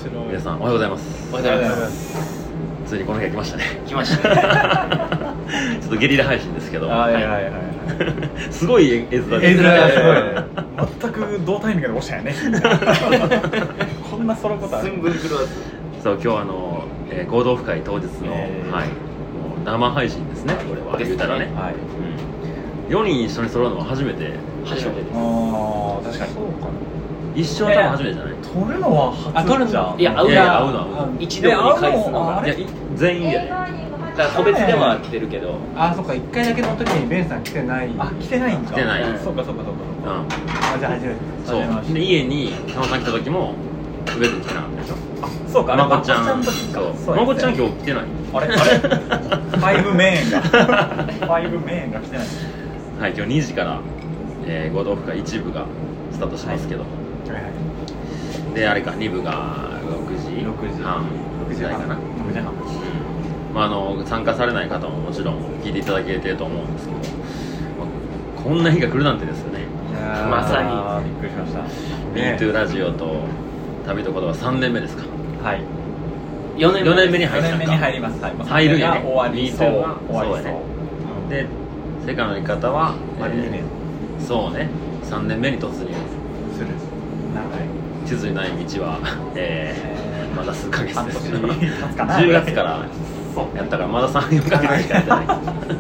白い。 皆さんおはようございます。 おはようございます。 ついにこの日が来ましたね。 来ましたね。 ちょっとゲリラ配信ですけど、 はいはいはいはい。 すごい絵面絵面がすごいね。全く同タイミングで押したよね。こんな揃うことある。 寸分狂わず。 そう今日合同会当日の、はい、もう生配信ですね。これは言うたらね。はい。4人一緒に揃うのは初めて。 初めてです。 ああ確かに。そうかな。 一生多分初めてじゃない。 撮るのは初じゃん。 いや会うの一度に返すのが。 いや全員で。 だから個別では会ってるけど。 あそっか1回だけの時にベンさん来てない。あ来てないんか。 来てない。 そうかそうかそうか。あじゃあ初めて。 そうで家に佐野さん来た時も上君来てなかったでしょ。 そうか、 まこちゃんの時か。 そうまこちゃん今日来てない。 あれファイブメインが来てない。 はい今日2時から合同会1部がスタートしますけど、であれか2部が6時半ぐらいかな。 6時半。 まあ参加されない方ももちろん聞いていただけてると思うんですけど、こんな日が来るなんてですよね。 まさにびっくりしました。 MeToo ラジオと旅と言葉3年目ですか。 はい。 4年目に入ったんか。 4年目に入ります。はい。 入るんやね。 終わりそう。 そうやね。で世界の生き方は 2年。 そうね。3年目に突入する。 長い。 地図にない道はまだ数ヶ月ですけど、 10 月からやったからまだ 3,4 ヶ月しかやってない。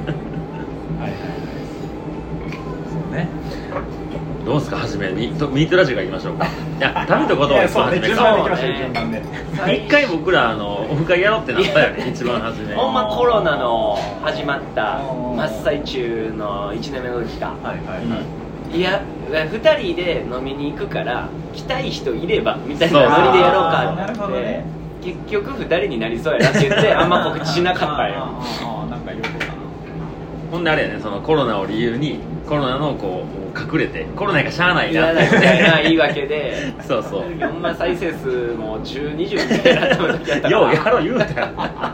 そうね。 どうですか初めミートラジオからいきましょうか。いや旅と言葉を一番初めから一回僕らオフ会やろうってなったよね。一番初めほんまコロナの始まった真っ最中の1年目の時か。いや2人で飲みに行くから来たい人いればみたいなノリでやろうかってなって、結局2人になりそうやなって言ってあんま告知しなかったよ。 なんかよくかな。 ほんであれやね、そのコロナを理由にコロナのこう隠れてコロナがしゃあないなみたいな言い訳でそうそうほんま再生数も10、20みたいな時やったからようやろう言うたよ。 よ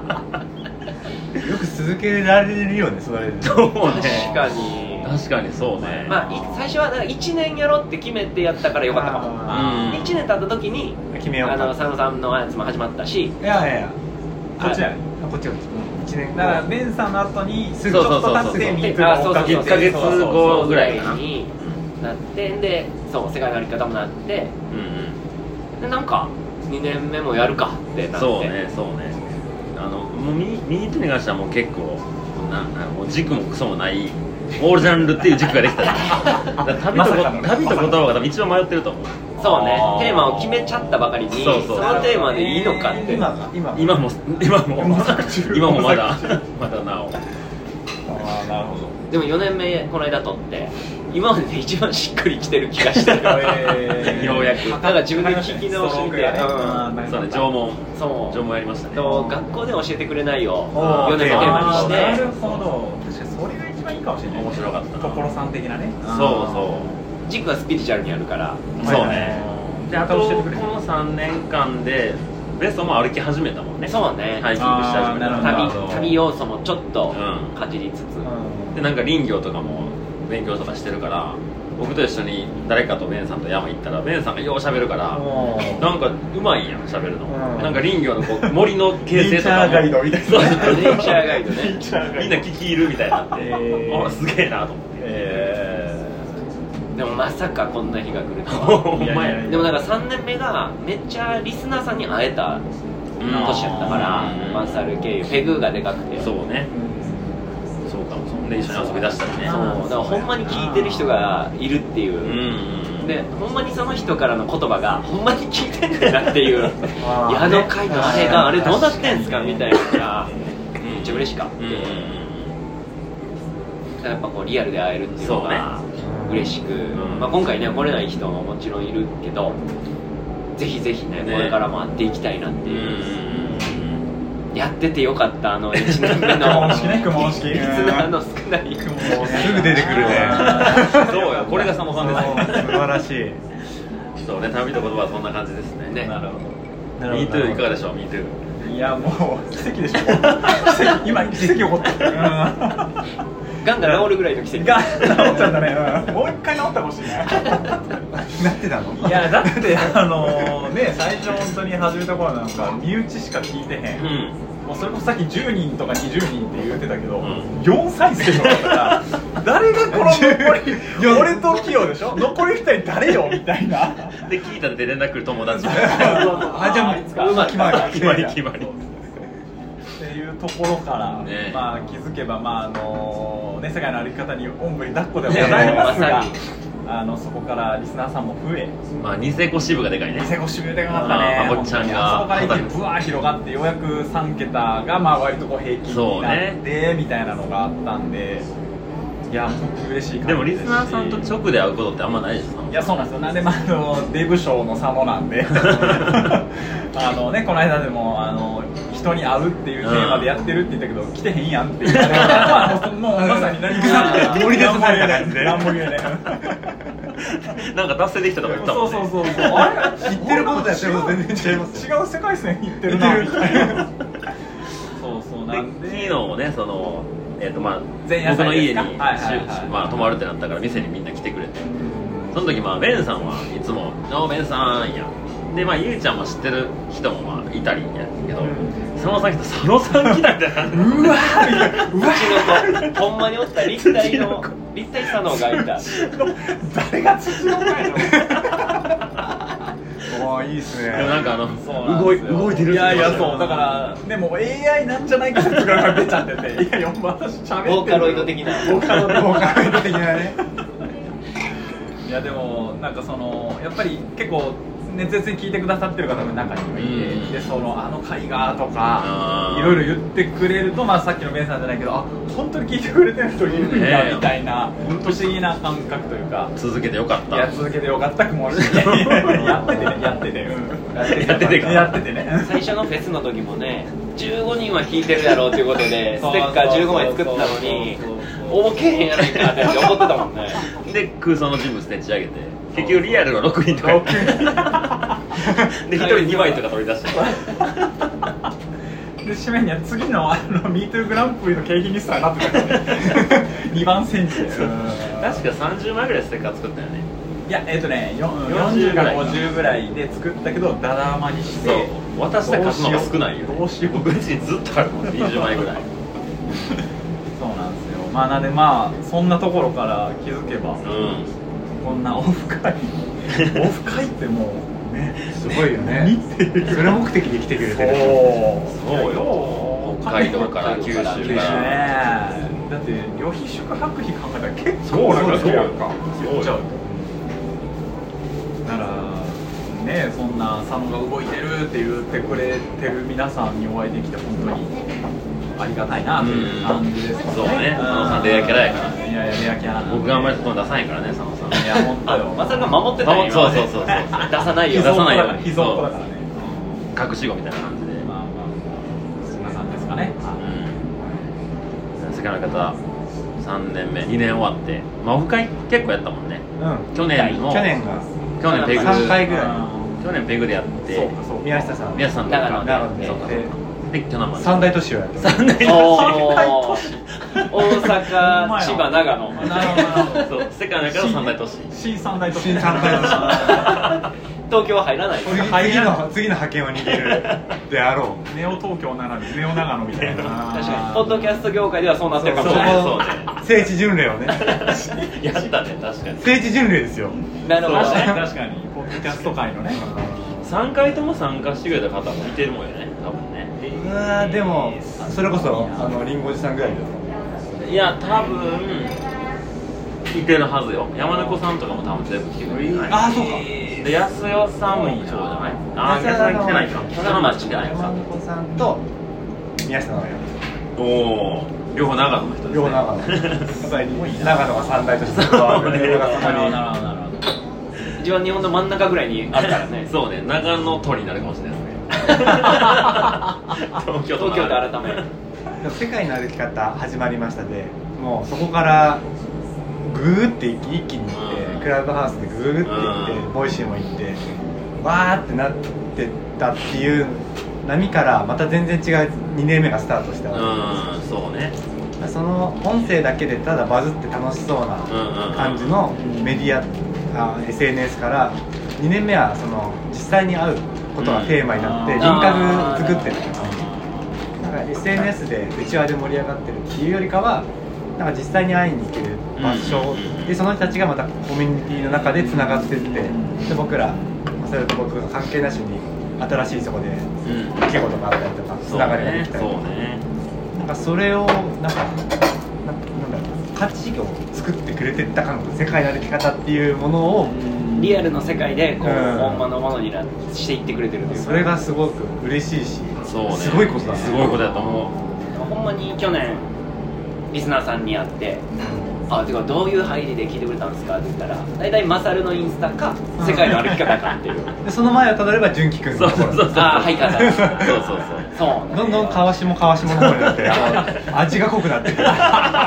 く続けられるよねそれ。 そうね。確かにそうね。 まあ最初は1年やろうって決めてやったからよかったかも。1年経った時に佐野さんのやつも始まったし。 いやこっちやね。こっち1年だからベンさんの後にすぐちょっと経って1 ヶ月後ぐらいになってでそう世界の歩き方もなってでなんか2年目もやるかってなって。 そうねもうミートに関してはもう結構もう軸もクソもないオールジャンルっていう軸ができた。旅と言葉が多分一番迷ってると思う。 そうねテーマを決めちゃったばかりにそのテーマでいいのかって今もまだなお。 なるほど。 でも4年目この間撮って今までで一番しっくりきてる気がしてる。 ようやくなんか自分で聞き直してみてそうね縄文やりましたね。 学校で教えてくれないよ4年のテーマにして。 なるほど。確かにそれが一番いいかもしれない。 面白かった所さん的なね。 そう軸はスピリチュアルにあるからそうね。であとこの3年間でベストも歩き始めたもんね。 そうねハイキングし始めた。 旅要素もちょっとかじりつつでなんか林業とかも勉強とかしてるから僕と一緒に誰かとベンさんと山行ったらベンさんがよう喋るからなんかうまいやん喋るの。なんか林業のこう森の形成とかもネイチャーガイドみたいな。 ネイチャーガイドね。 みんな聞き入るみたいになってすげえなと思って。 でもまさかこんな日が来るとは。でもなんか3年目がめっちゃリスナーさんに会えた年やったからマンサル経由ペグがでかくて。そうねそうかも。そんで一緒に遊び出したりね。 そうだからほんまに聞いてる人がいるっていう、でほんまにその人からの言葉がほんまに聞いてんだなっていう。矢の会のあれがあれどうなってんすかみたいなのがめっちゃ嬉しかった。やっぱこうリアルで会えるっていうのが嬉しく、まあ、今回ね来れない人ももちろんいるけどぜひぜひねこれからも会っていきたいなっていう。やっててよかった1年目のリスナーの少ないすぐ出てくるね。 そうやこれが佐野さんですね。 素晴らしい。 そうね旅と言葉はそんな感じですね。 なるほど。 MeTooいかがでしょう。 MeToo いやもう奇跡でしょ。今奇跡起こった。 がんが治るぐらいの奇跡。 がん治っちゃったね、もう一回治ったかもしれない。 なってたの？ いやだってね、最初本当に始めた頃なんか身内しか聞いてへん、もうそれこそさっき10人とか20人って言ってたけど、4再生とかだったら誰がこの残り俺とキヨでしょ、残り2人誰よみたいなで聞いたって連絡来る友達。 あ、じゃあうまく決まり決まりっていうところから、 ね、 まあ気づけば世界の歩き方におんぶに抱っこではございますが、そこからリスナーさんも増え、 まあニセコ支部がでかいね。 ニセコ支部でかかったね。 まこっちゃんがそこから一気にブワー広がってようやく3桁がまあ割とこう平均になってみたいなのがあったんで、いや本当に嬉しい感じですし。 でもリスナーさんと直で会うことってあんまないですか？ いやそうなんですよ。なんでデブ賞の佐野なんでこの間でも人に会うっていうテーマでやってるって言ったけど、来てへんやんって言われてもうまさに何も盛り出された感じで何も言えないなんか達成できたとか言ったもんね。 そうあれ言ってることとやってること全然違いますよ。 違う世界線行ってるなみたいなそうなんで昨日もね前夜祭ですか、 僕の家にはい泊まるってなったから店にみんな来てくれて、その時ベンさんはいつも「ベンさん」やで、ゆうちゃんも知ってる人もいたりやけど、佐野さん来た、佐野さん来たみたいなうわうちの子ほんまにおった立体佐野がいた。 誰が土の会のわあいいっすね。 でもなんか動いてる。いやそうだからでも AI なんじゃないか説が出ちゃってて、いや私喋ってるボーカロイド的なボーカロイド的なね。 いやでもなんかやっぱり結構熱烈に聞いてくださってる方も中にはいて、であの回がとかいろいろ言ってくれると、さっきのベンさんじゃないけど、本当に聞いてくれてる人いるんだみたいな不思議な感覚というか、 続けてよかった。 いや続けてよかったくもあるし、やっててね最初のフェスの時もね、15人は聞いてるやろうということでステッカー15枚作ったのに応募けへんやないかって思ってたもんね。 で空想の人物で打ち上げて、結局リアルは6人とかで1人2枚とか取り出してで締めには次のMeToo グランプリの景品リストがなってたからね2番戦時で確か30枚ぐらいステッカー作ったよね。 いや40か50ぐらいで作ったけどダダ余りして、 渡した数の方が少ないよ。 どうしよう、 僕別にずっとあるもん、20枚ぐらいそうなんですよ。なんでそんなところから気づけば、こんなオフ会ってもうねすごいよね。それ目的で来てくれてる。 そうよ、北海道から九州からだって旅費宿泊費考えたら結構な額やんか。言っちゃうならね、そんな佐野が動いてるって言ってくれてる皆さんにお会いできて本当にありがたいなという感じですね。 そうね、佐野さんレアキャラやから。 いやレアキャラ。 僕があんまり外に出さないからね、佐野さん。 いや本当よ。 まさか守ってたんよ。 そう出さないよ。 出さないよ。 秘蔵っ子だからね。 隠し子みたいな感じで。 そんな感じですかね。 世界の方3年目、2年終わって、オフ会結構やったもんね。去年ペグ 3回ぐらい。 去年ペグでやって、 宮下さんと長野で三大都市をやってます。 大阪、千葉、長野。 そう、世界の中の三大都市。 新三大都市。 東京は入らない。 次の派遣を握るであろう。ネオ東京ならぬネオ長野みたいな。 確かにポッドキャスト業界ではそうなってるかもしれない。 そうね。 聖地巡礼をね。 やったね、確かに。 聖地巡礼ですよ。 なるほどね。 確かにポッドキャスト界のね。 3回とも参加してくれた方もいてるもんよね、多分ね。 でもそれこそリンゴおじさんぐらいですか。 いや、多分いてるはずよ。山猫さんとかも多分全部来てくれる。 ああ、そうか。 で、安代さんもそうじゃない。あ、安代さん来てないか。 山猫さんと宮下のやつ。おお、両方長野の人ですね。 両方長野。長野が三大都市で変わる。なるほど。 一番日本の真ん中ぐらいにあるからね。 そうね、長野都になるかもしれないですね。東京と改め世界の歩き方始まりましたで、もうそこからグーって一気に行って、クラブハウスでグーって行って、ボイシーも行ってわーってなってたっていう波からまた全然違う2年目がスタートした。 そうね。 その音声だけでただバズって楽しそうな感じのメディア、SNS から2年目はその実際に会うことがテーマになって輪郭作ってるんですね。なんか SNS で内輪で盛り上がってるっていうよりかはなんか実際に会いに行ける場所で、その人たちがまたコミュニティの中でつながってって、で僕らそれと僕が関係なしに新しいそこで出来事があったりとかつながりができたりとか、なんかそれをなんだろう価値を作ってくれてった感覚、世界の歩き方っていうものをリアルの世界でこう、本場のものにしていってくれてるというか、 それがすごく嬉しいし、 そうね、 すごいことだね。 すごいことだと思う。 ほんまに去年リスナーさんに会っててかどういう入りで聞いてくれたんですかって言ったら大体マサルのインスタか世界の歩き方かっていうでその前をたどれば純喜くんのところはい方そうどんどん川下の方になって味が濃くなってくる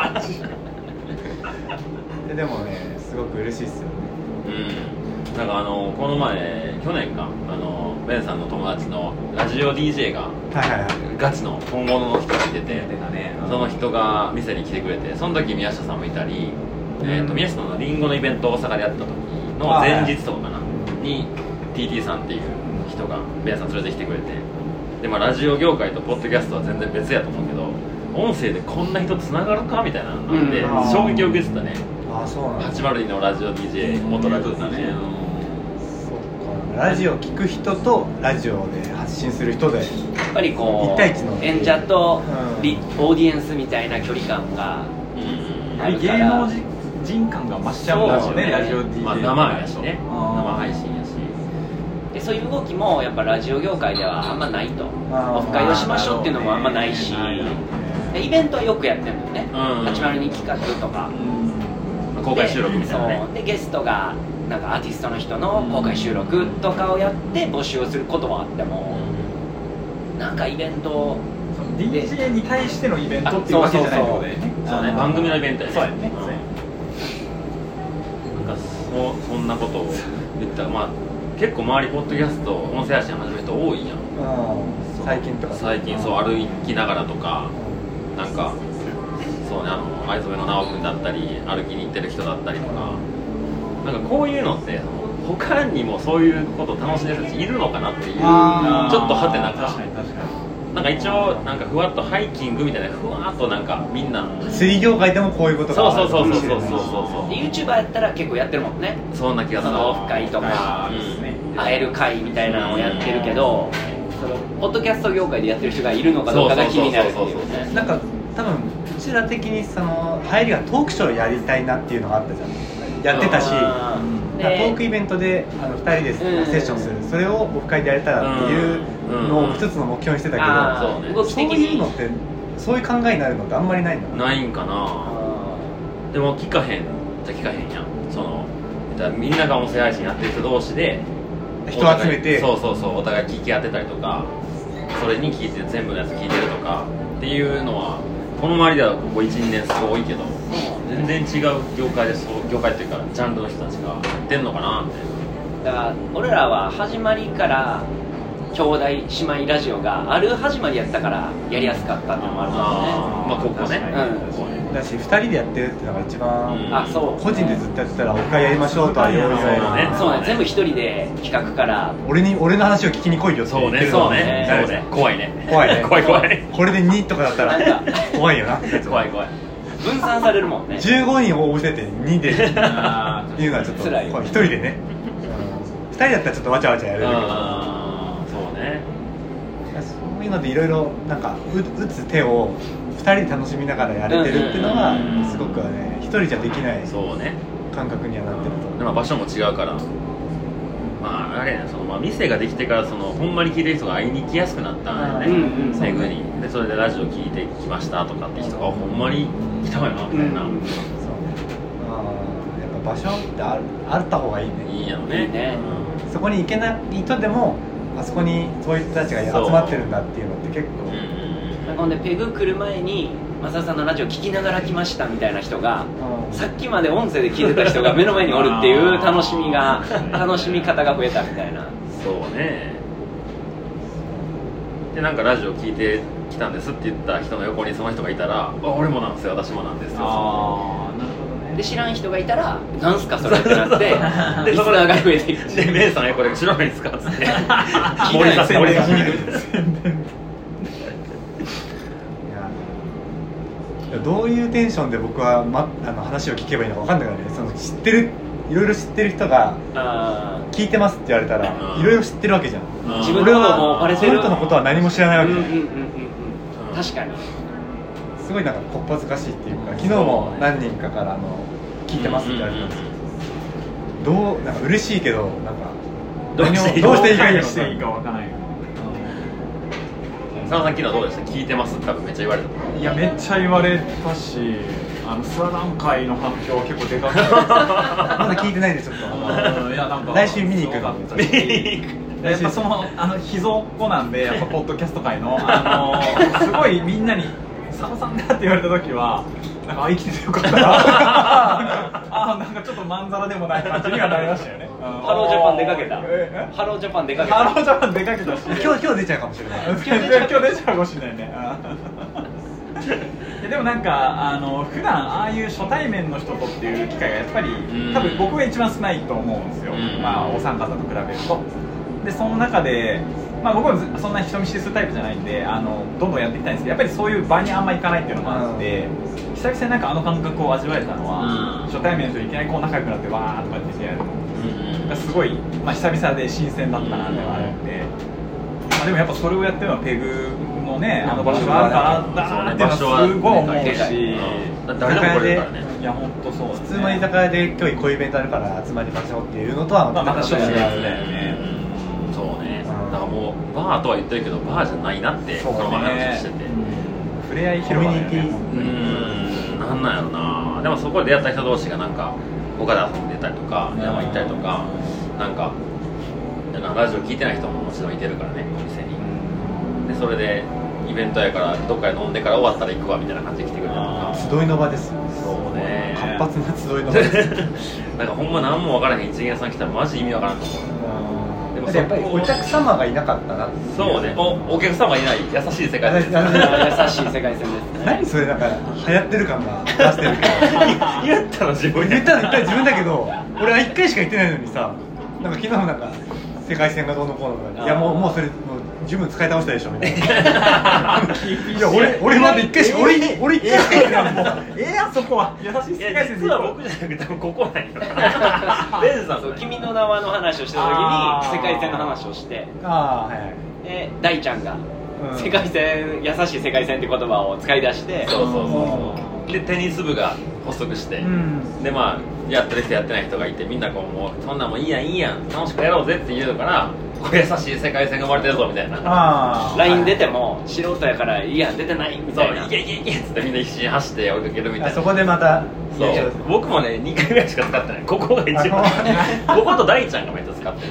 でもねすごく嬉しいっすよね。 なんかこの前去年かベンさんの友達のラジオ DJ がガチの本物の人がいてて、その人が店に来てくれて、その時宮下さんもいたり、宮下のリンゴのイベントを大阪でやった時の前日とかかなに TT さんっていう人がベンさん連れてきてくれて、でラジオ業界とポッドキャストは全然別やと思うけど音声でこんな人つながるかみたいなのがあって衝撃を受けてたね。802のラジオ DJ 元ラジオだね。 ラジオを聞く人とラジオで発信する人でやっぱりこう 1対1の演者とオーディエンスみたいな距離感があるから、 芸能人感が増しちゃうんだよね、ラジオ DJ、 生やしね、生配信やしで、そういう動きもやっぱラジオ業界ではあんまないと、オフ会をしましょうっていうのもあんまないし、イベントはよくやってるのよね、802企画とか公開収録みたいなね。 でゲストがなんかアーティストの人の公開収録とかをやって募集をすることはあっても、なんかイベント DJ に対してのイベントっていうわけじゃないのでね。 そうね、番組のイベントやね。 そうやね。 なんかそんなことを言ったら、結構周りポッドキャスト音声配信始める人多いやん。最近そう歩きながらとか、なんかそうね、藍染めの直君だったり歩きに行ってる人だったりとか、なんかこういうのって他にもそういうことを楽しんでる人たちいるのかなっていう、ちょっとハテナがなんか一応なんかふわっとハイキングみたいなふわっとなんかみんな釣り業界でもこういうことがあるかもしれない。 YouTuber やったら結構やってるもんね。 そんな気がする。 オフ会とか会える会みたいなのをやってるけど、そのポッドキャスト業界でやってる人がいるのかどうかが気になるっていうね。 なんか多分うちら的にその入りがトークショーやりたいなっていうのがあったじゃん。やってたし、トークイベントで2人でセッションする、それをオフ会でやれたらっていうのを一つの目標にしてたけど、そういうのってそういう考えになるのってあんまりないの？ ないんかな。でも聞かへんじゃ聞かへんやん。そのみんなが音声配信やってる人同士で人集めて、 そうお互い聞き合ってたりとか、それに聞いて全部のやつ聞いてるとかっていうのはこの周りではここ 1,2 年すごい多いけど、全然違う業界で業界っていうかジャンルの人たちがやってんのかなみたいな。 だから俺らは始まりから兄弟姉妹ラジオがある始まりやったからやりやすかったっていうのもあるもんね。 ここね、 だし2人でやってるっていうのが一番、 そう個人でずっとやってたらオフ会やりましょうとは言うよね。 そうね、全部一人で企画から俺の話を聞きに来いよって言ってるの。 そうね怖いね怖いこれで2とかだったら怖いよな。 怖い分散されるもんね。 15人応募してて2でいうのはちょっと辛い。 1人でね、2人だったらちょっとわちゃわちゃやれるけど、 そうね、 そういうのでいろいろなんか打つ手を2人で楽しみながらやれてるっていうのはすごくね、1人じゃできない感覚にはなってると。 でも場所も違うから、あれね、店ができてからほんまに聞いてる人が会いに来やすくなったんだよね、めぐに。でそれでラジオ聞いてきましたとかって人がほんまに来たわよなみたいな。 やっぱ場所ってあった方がいいね。 いいやろね。 そこに行けない人でもあそこにそういう人たちが集まってるんだっていうのって結構。 ほんでペグ来る前にマサさんのラジオ聞きながら来ましたみたいな人が、さっきまで音声で聞いてた人が目の前におるっていう楽しみ方が増えたみたいな。 そうね。 でなんかラジオ聞いてきたんですって言った人の横にその人がいたら「俺もなんですよ、私もなんですよ」 ああなるほどね。 で知らん人がいたら「なんすかそれ」ってなってでリスナーが増えていく。 でメイさん横で「知らないですか?」っつって森さん森さんどういうテンションで僕は、話を聞けばいいのか分かんないからね。その知ってる、いろいろ知ってる人が聞いてますって言われたらいろいろ知ってるわけじゃん。 自分のこともバレてる。 その人のことは何も知らないわけじゃん。 確かにすごいなんかこっぱずかしいっていうか、昨日も何人かから聞いてますって言われたんですけど、なんか嬉しいけどなんかどうしていいどうしていいかしていいかわからない。 佐野さん昨日どうでした？聞いてますって多分めっちゃ言われた。 いやめっちゃ言われたし、スラダン会の反響は結構でかくてまだ聞いてないですちょっと。 いやなんか来週見に行くの。 やっぱその秘蔵っ子なんで、やっぱポッドキャスト界のすごいみんなに佐野さんだって言われた時はなんか生きててよかったななんかちょっとまんざらでもない感じにはなりましたよね。 ハロージャパン出かけた。ハロージャパン出かけた。 ハロージャパン出かけたし今日出ちゃうかもしれない。 今日出ちゃうかもしれないねでもなんか普段ああいう初対面の人とっていう機会がやっぱり多分僕が一番少ないと思うんですよ。お三方と比べると。でその中で、僕はそんな人見知りするタイプじゃないんでどんどんやっていきたいんですけど、やっぱりそういう場にあんま行かないっていうのもあって久々になんか感覚を味わえたのは、初対面の人いきなりこう仲良くなってわーとかってやるのがすごい、久々で新鮮だったなってのがあるんで、でもやっぱそれをやってるのはペグのね場所があるからだなっていうのはすごい思うし、 誰でも来れるからね。 いや本当そうですね。 普通の居酒屋で今日こういうイベントあるから集まりましょうっていうのとはまたちょっと違う違うだよね。 そうね。だからもうバーとは言ってるけどバーじゃないなってこの前話してて、 触れ合い広場だよね。 なんなんやろな。でもそこで出会った人同士がなんか他で遊んでたりとか山行ったりとか、なんかラジオ聞いてない人ももちろんいてるからね、お店に。でそれでイベントやからどっかで飲んでから終わったら行くわみたいな感じで来てくれたりとか。 集いの場ですよ。 そうね。 活発な集いの場ですなんかほんま何も分からへん一元さん来たらマジ意味わからんと思う。でもやっぱりお客様がいなかったなって。 そうね。お客様いない優しい世界線。 優しい世界線ですね。 何それなんか流行ってる感が出してるけど言ったの自分言った自分だけど、俺は1回しか言ってないのにさ、なんか昨日もなんか世界線がどうのこうのとか、いやもうそれもう十分使い倒したでしょみたいな。いや俺まだ1回しか俺1回しか言ってないもうやそこは優しい世界線で。 実は僕じゃなくてここなんよ。レンズさんそう君の名はの話をしてた時に世界線の話をして、で大ちゃんが世界線優しい世界線って言葉を使い出して、 そうでテニス部が発足して、でやってる人やってない人がいて、みんなこうもうそんなんもいいやん楽しくやろうぜって言うからこれ優しい世界線が生まれてるぞみたいな。 LINE 出ても素人やからいいやん出てないみたいな。 いけっつってみんな必死に走って追いかけるみたいな。 そこでまたそう僕もね2回ぐらいしか使ってない。ここが一番ここと大ちゃんがめっちゃ使ってる。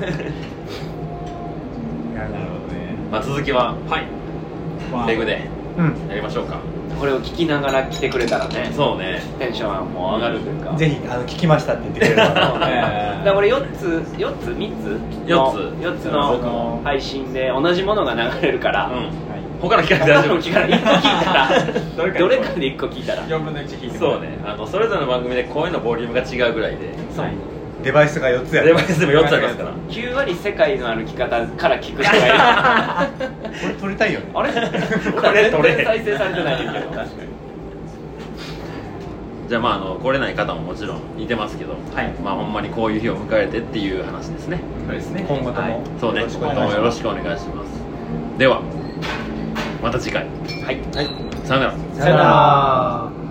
なるほどね。 続きはペグでやりましょうか。 これを聞きながら来てくれたらね、 そうね、 テンションも上がるというか、 ぜひ聞きましたって言ってくれればだからこれ4つの配信で同じものが流れるから、 他の聞かれて大丈夫。 1個聞いたらどれかで1個聞いたら 4分の1聞いて。 そうね、それぞれの番組で声のボリュームが違うぐらいで、 デバイスが4つやデバイスでも4つありますから。 9割世界の歩き方から聞く人がいる。 これ撮りたいよね。 あれこれ全然再生されてないけど。確かに。 じゃあ来れない方ももちろんいてますけど、ほんまにこういう日を迎えてっていう話ですね。 そうですね。 今後ともそうね、今後もよろしくお願いします。ではまた次回。 はい。 さよなら。 さよなら。